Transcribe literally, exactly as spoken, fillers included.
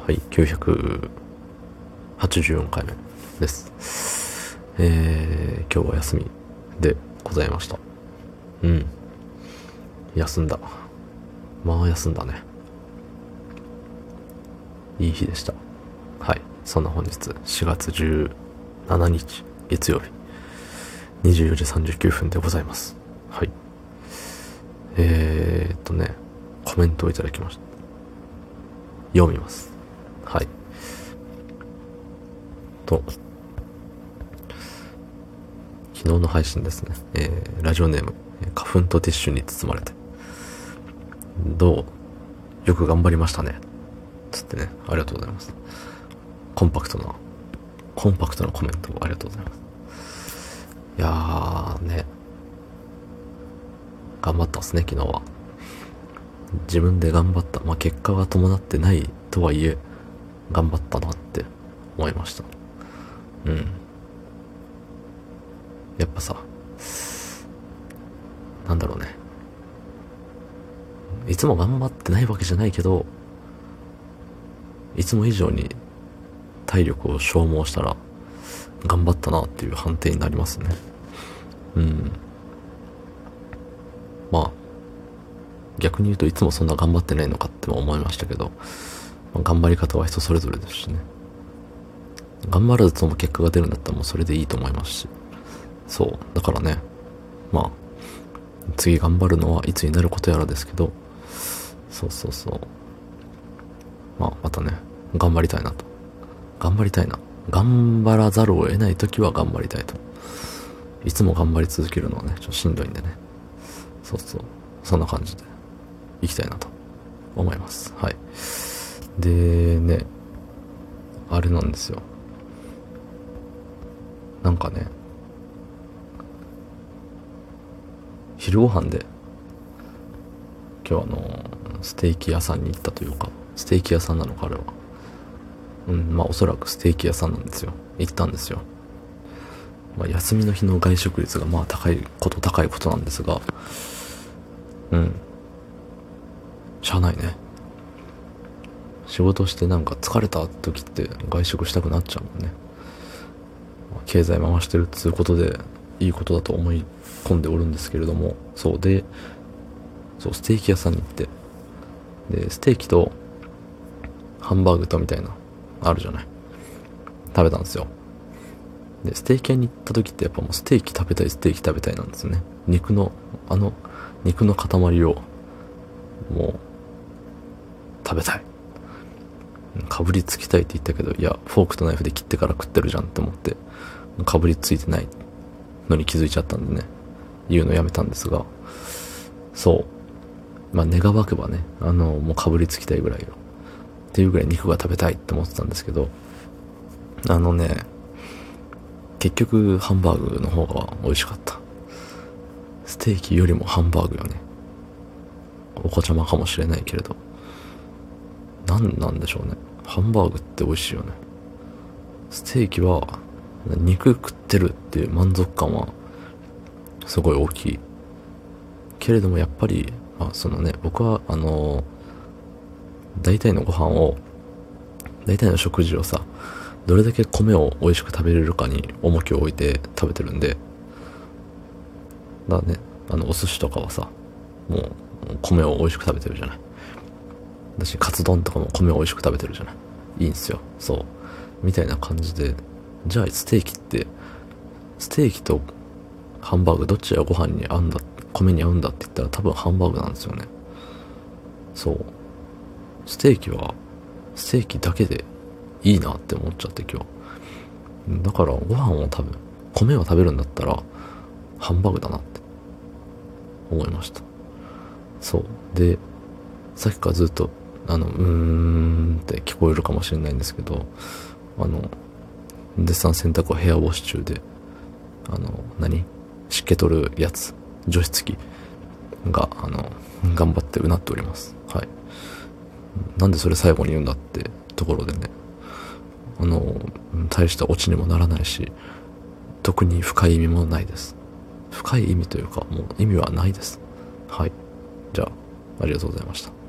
はい、きゅうひゃくはちじゅうよんかいめです。えー、今日は休みでございました。うん。休んだ。まあ休んだね。いい日でした。はい。そんな本日しがつじゅうしちにち月曜日にじゅうよじさんじゅうきゅうふんでございます。はい。えーっとね、コメントをいただきました。読みます。はい。と、昨日の配信ですね。えー、ラジオネーム、花粉とティッシュに包まれて。どうよく頑張りましたね。つってね、ありがとうございます。コンパクトな、コンパクトなコメントをありがとうございます。いやーね、頑張ったっすね、昨日は。自分で頑張った。まあ、結果が伴ってないとはいえ、頑張ったなって思いました。うん。やっぱさ、なんだろうね。いつも頑張ってないわけじゃないけど、いつも以上に体力を消耗したら、頑張ったなっていう判定になりますね。うん。まあ、逆に言うといつもそんな頑張ってないのかっても思いましたけど、まあ、頑張り方は人それぞれですしね。頑張らずとも結果が出るんだったらもうそれでいいと思いますし。そう。だからね、まあ、次頑張るのはいつになることやらですけど、そうそうそう。まあ、またね、頑張りたいなと。頑張りたいな。頑張らざるを得ないときは頑張りたいと。いつも頑張り続けるのはね、ちょっとしんどいんでね。そうそう。そんな感じで、行きたいなと思います。はい。でね、あれなんですよ。なんかね、昼ご飯で、今日あの、ステーキ屋さんに行ったというか、ステーキ屋さんなのかあれは。うん、まあおそらくステーキ屋さんなんですよ。行ったんですよ。まあ休みの日の外食率がまあ高いこと高いことなんですが、うん。しゃあないね。仕事してなんか疲れた時って外食したくなっちゃうもんね。経済回してるっつうことでいいことだと思い込んでおるんですけれども、そうで、そう、ステーキ屋さんに行って、で、ステーキとハンバーグとみたいな、あるじゃない。食べたんですよ。で、ステーキ屋に行った時ってやっぱもうステーキ食べたい、ステーキ食べたいなんですよね。肉の、あの、肉の塊を、もう、食べたい。かぶりつきたいって言ったけど、いや、フォークとナイフで切ってから食ってるじゃんって思って、かぶりついてないのに気づいちゃったんでね、言うのやめたんですが、そう。まあ、願わくばね、あの、もうかぶりつきたいぐらいよ。っていうぐらい肉が食べたいって思ってたんですけど、あのね、結局ハンバーグの方が美味しかった。ステーキよりもハンバーグよね。お子ちゃまかもしれないけれど。なんなんでしょうね。ハンバーグって美味しいよね。ステーキは肉食ってるっていう満足感はすごい大きい。けれどもやっぱり、まあそのね、僕はあの、大体のご飯を、大体の食事をさ、どれだけ米を美味しく食べれるかに重きを置いて食べてるんで、だからね、あの、お寿司とかはさ、もう米を美味しく食べてるじゃない。私、カツ丼とかも米を美味しく食べてるじゃない。いいんすよ。そう。みたいな感じで、じゃあステーキって、ステーキとハンバーグどっちがご飯に合うんだ、米に合うんだって言ったら多分ハンバーグなんですよね。そう。ステーキは、ステーキだけでいいなって思っちゃって今日。だからご飯を食べ、米を食べるんだったら、ハンバーグだなって思いました。そう。で、さっきからずっと、あの、うーんって聞こえるかもしれないんですけど、あの、絶賛洗濯を部屋干し中で、あの、何湿気取るやつ、除湿機が、あの、頑張ってうなっております。はい。なんでそれ最後に言うんだってところでね、あの、大したオチにもならないし、特に深い意味もないです。深い意味というか、もう意味はないです。はい。じゃあ、ありがとうございました。